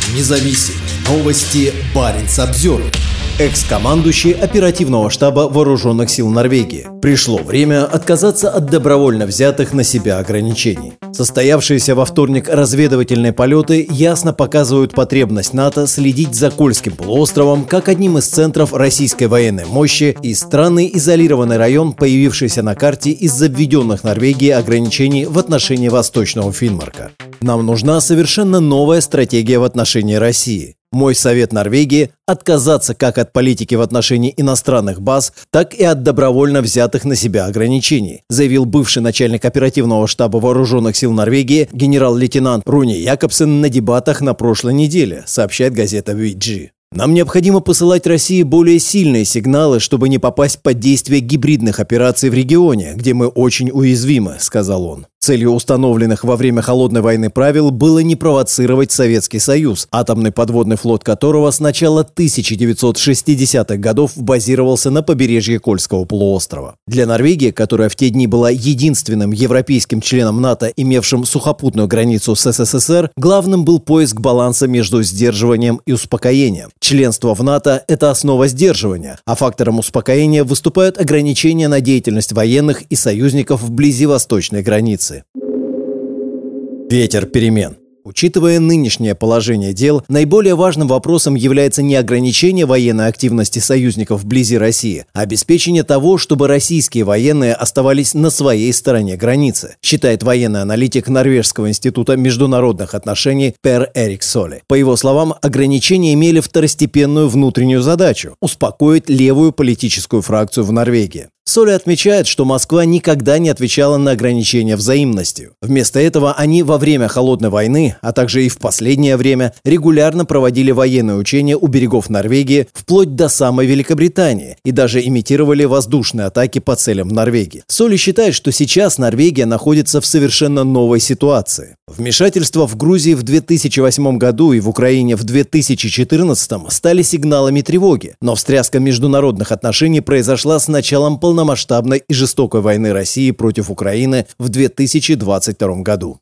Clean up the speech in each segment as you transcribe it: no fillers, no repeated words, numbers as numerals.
Независим. Новости Баренц-Обзервер. Экс-командующий оперативного штаба Вооруженных сил Норвегии. Пришло время отказаться от добровольно взятых на себя ограничений. Состоявшиеся во вторник разведывательные полеты ясно показывают потребность НАТО следить за Кольским полуостровом как одним из центров российской военной мощи и странный изолированный район, появившийся на карте из-за введенных Норвегией ограничений в отношении Восточного Финмарка. Нам нужна совершенно новая стратегия в отношении России. Мой совет Норвегии – отказаться как от политики в отношении иностранных баз, так и от добровольно взятых на себя ограничений, заявил бывший начальник оперативного штаба Вооруженных сил Норвегии генерал-лейтенант Руни Якобсен на дебатах на прошлой неделе, сообщает газета VG. Нам необходимо посылать России более сильные сигналы, чтобы не попасть под действие гибридных операций в регионе, где мы очень уязвимы, сказал он. Целью установленных во время Холодной войны правил было не провоцировать Советский Союз, атомный подводный флот которого с начала 1960-х годов базировался на побережье Кольского полуострова. Для Норвегии, которая в те дни была единственным европейским членом НАТО, имевшим сухопутную границу с СССР, главным был поиск баланса между сдерживанием и успокоением. Членство в НАТО – это основа сдерживания, а фактором успокоения выступают ограничения на деятельность военных и союзников вблизи восточной границы. Ветер перемен. Учитывая нынешнее положение дел, наиболее важным вопросом является не ограничение военной активности союзников вблизи России, а обеспечение того, чтобы российские военные оставались на своей стороне границы, считает военный аналитик Норвежского института международных отношений Пер Эрик Соли. По его словам, ограничения имели второстепенную внутреннюю задачу – успокоить левую политическую фракцию в Норвегии. Соли отмечает, что Москва никогда не отвечала на ограничения взаимностью. Вместо этого они во время Холодной войны, а также и в последнее время, регулярно проводили военные учения у берегов Норвегии вплоть до самой Великобритании и даже имитировали воздушные атаки по целям в Норвегии. Соли считает, что сейчас Норвегия находится в совершенно новой ситуации. Вмешательства в Грузии в 2008 году и в Украине в 2014 стали сигналами тревоги, но встряска международных отношений произошла с началом полномасштабной и жестокой войны России против Украины в 2022 году.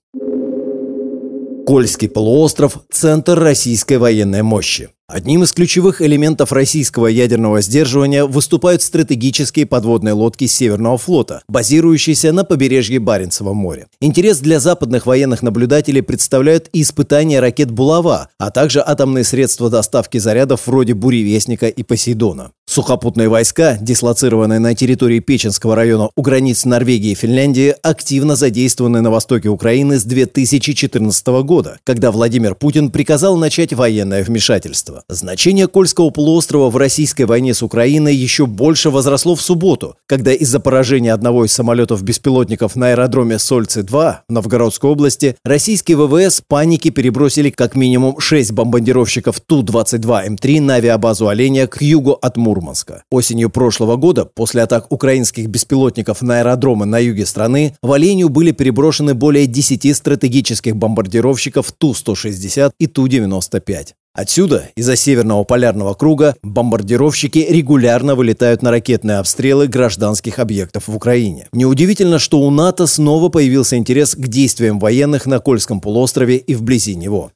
Кольский полуостров – центр российской военной мощи. Одним из ключевых элементов российского ядерного сдерживания выступают стратегические подводные лодки Северного флота, базирующиеся на побережье Баренцева моря. Интерес для западных военных наблюдателей представляют и испытания ракет «Булава», а также атомные средства доставки зарядов вроде «Буревестника» и «Посейдона». Сухопутные войска, дислоцированные на территории Печенского района у границ Норвегии и Финляндии, активно задействованы на востоке Украины с 2014 года, когда Владимир Путин приказал начать военное вмешательство. Значение Кольского полуострова в российской войне с Украиной еще больше возросло в субботу, когда из-за поражения одного из самолетов-беспилотников на аэродроме Сольцы-2 в Новгородской области российские ВВС в панике перебросили как минимум 6 бомбардировщиков Ту-22М3 на авиабазу «Оленя» к югу от Мурманска. Осенью прошлого года, после атак украинских беспилотников на аэродромы на юге страны, в «Оленю» были переброшены более 10 стратегических бомбардировщиков Ту-160 и Ту-95. Отсюда, из-за Северного полярного круга, бомбардировщики регулярно вылетают на ракетные обстрелы гражданских объектов в Украине. Неудивительно, что у НАТО снова появился интерес к действиям военных на Кольском полуострове и вблизи него.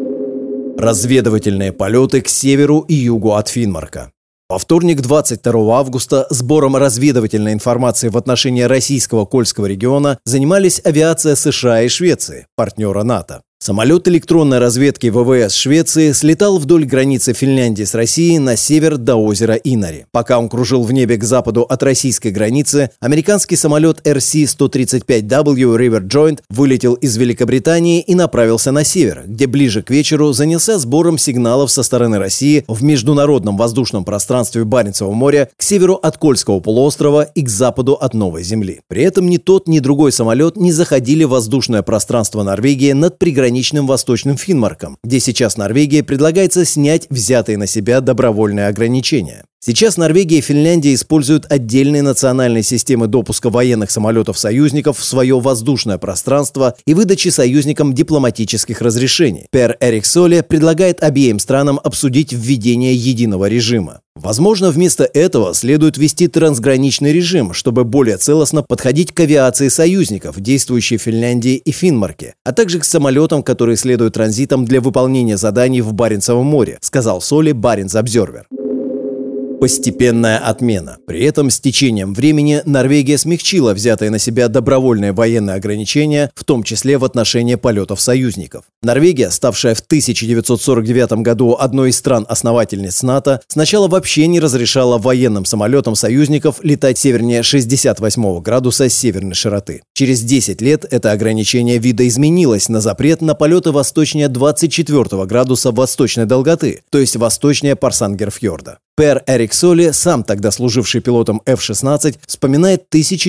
Разведывательные полеты к северу и югу от Финмарка. Во вторник, 22 августа, сбором разведывательной информации в отношении российского Кольского региона занимались авиация США и Швеции, партнера НАТО. Самолет электронной разведки ВВС Швеции слетал вдоль границы Финляндии с Россией на север до озера Инари. Пока он кружил в небе к западу от российской границы, американский самолет RC-135W River Joint вылетел из Великобритании и направился на север, где ближе к вечеру занялся сбором сигналов со стороны России в международном воздушном пространстве Баренцева моря к северу от Кольского полуострова и к западу от Новой Земли. При этом ни тот, ни другой самолет не заходили в воздушное пространство Норвегии над приграничным Восточным Финмарком, где сейчас Норвегии предлагается снять взятые на себя добровольные ограничения. Сейчас Норвегия и Финляндия используют отдельные национальные системы допуска военных самолетов-союзников в свое воздушное пространство и выдачи союзникам дипломатических разрешений. Per Erik Solli предлагает обеим странам обсудить введение единого режима. Возможно, вместо этого следует ввести трансграничный режим, чтобы более целостно подходить к авиации союзников, действующей в Финляндии и Финмарке, а также к самолетам, которые следуют транзитом для выполнения заданий в Баренцевом море, сказал Солли Barents Observer. Постепенная отмена. При этом с течением времени Норвегия смягчила взятые на себя добровольные военные ограничения, в том числе в отношении полетов союзников. Норвегия, ставшая в 1949 году одной из стран-основательниц НАТО, сначала вообще не разрешала военным самолетам союзников летать севернее 68 градуса северной широты. Через 10 лет это ограничение видоизменилось на запрет на полеты восточнее 24 градуса восточной долготы, то есть восточнее Порсангерфьорда. Per Erik Solli, сам тогда служивший пилотом F-16, вспоминает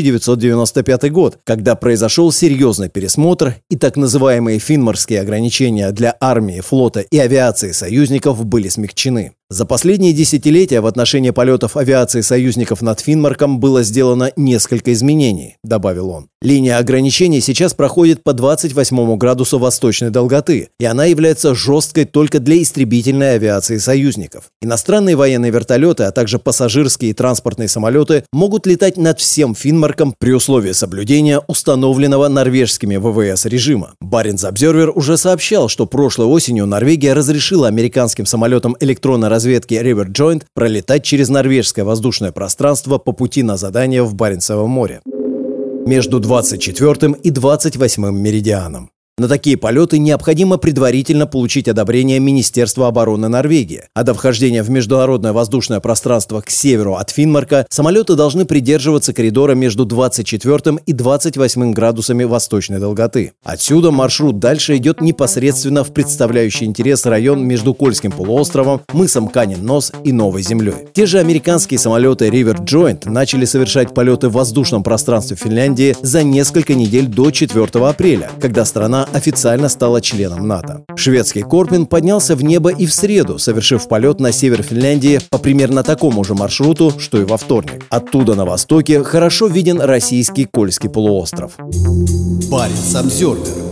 1995 год, когда произошел серьезный пересмотр и так называемые финмарские ограничения для армии, флота и авиации союзников были смягчены. За последние десятилетия в отношении полетов авиации союзников над Финмарком было сделано несколько изменений, добавил он. Линия ограничений сейчас проходит по 28 градусу восточной долготы, и она является жесткой только для истребительной авиации союзников. Иностранные военные вертолеты, а также пассажирские и транспортные самолеты могут летать над всем Финмарком при условии соблюдения установленного норвежскими ВВС режима. Barents Observer уже сообщал, что прошлой осенью Норвегия разрешила американским самолетам электронной разведки River Joint пролетать через норвежское воздушное пространство по пути на задание в Баренцевом море между 24 и 28 меридианом. На такие полеты необходимо предварительно получить одобрение Министерства обороны Норвегии, а до вхождения в международное воздушное пространство к северу от Финмарка самолеты должны придерживаться коридора между 24 и 28 градусами восточной долготы. Отсюда маршрут дальше идет непосредственно в представляющий интерес район между Кольским полуостровом, мысом Канин-Нос и Новой Землей. Те же американские самолеты River Joint начали совершать полеты в воздушном пространстве Финляндии за несколько недель до 4 апреля, когда страна официально стала членом НАТО. Шведский Корпин поднялся в небо и в среду, совершив полет на север Финляндии по примерно такому же маршруту, что и во вторник. Оттуда на востоке хорошо виден российский Кольский полуостров. Barents Observer.